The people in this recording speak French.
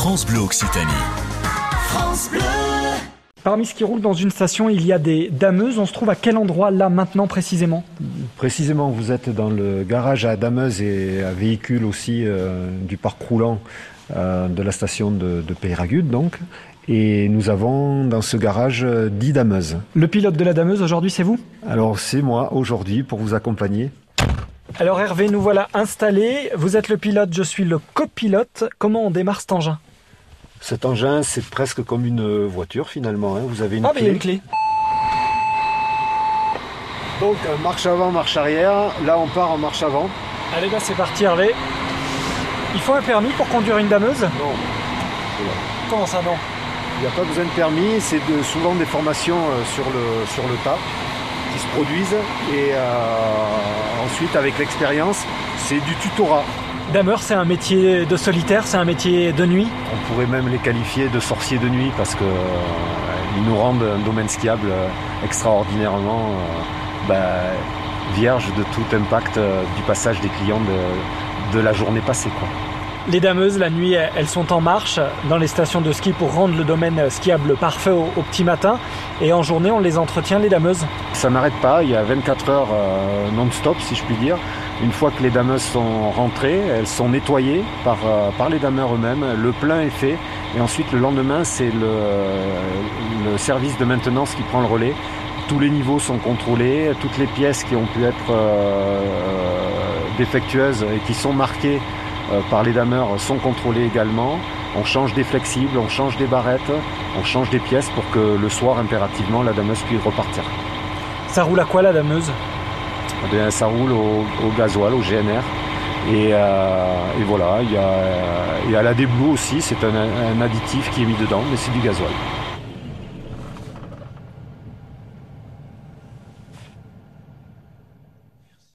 France Bleu Occitanie. France Bleu. Parmi ce qui roule dans une station, il y a des dameuses. On se trouve à quel endroit là maintenant précisément ? Précisément, vous êtes dans le garage à dameuses et à véhicules aussi du parc roulant de la station de Peyragudes donc. Et nous avons dans ce garage 10 dameuses. Le pilote de la dameuse aujourd'hui, c'est vous ? Alors c'est moi aujourd'hui pour vous accompagner. Alors Hervé, nous voilà installés. Vous êtes le pilote, je suis le copilote. Comment on démarre cet engin ? Cet engin, c'est presque comme une voiture finalement. Vous avez une clé. clé. Il y a une clé. Donc marche avant, marche arrière. Là on part en marche avant. Allez, c'est parti Hervé. Il faut un permis pour conduire une dameuse ? Non. Voilà. Comment ça non ? Il n'y a pas besoin de permis, c'est souvent des formations sur le tas qui se produisent et ensuite avec l'expérience, c'est du tutorat. Dameur, c'est un métier de solitaire, c'est un métier de nuit ? On pourrait même les qualifier de sorciers de nuit parce qu'ils nous rendent un domaine skiable extraordinairement vierge de tout impact du passage des clients de la journée passée, quoi. Les dameuses, la nuit, elles sont en marche dans les stations de ski pour rendre le domaine skiable parfait au petit matin. Et en journée, on les entretient, les dameuses ? Ça n'arrête pas, il y a 24 heures non-stop, si je puis dire. Une fois que les dameuses sont rentrées, elles sont nettoyées par les dameurs eux-mêmes. Le plein est fait. Et ensuite, le lendemain, c'est le service de maintenance qui prend le relais. Tous les niveaux sont contrôlés. Toutes les pièces qui ont pu être défectueuses et qui sont marquées par les dameurs sont contrôlés également. On change des flexibles, on change des barrettes, on change des pièces pour que le soir, impérativement, la dameuse puisse repartir. Ça roule à quoi la dameuse ? Ça roule au gasoil, au GNR. Et voilà, il y a la déblue aussi, c'est un additif qui est mis dedans, mais c'est du gasoil.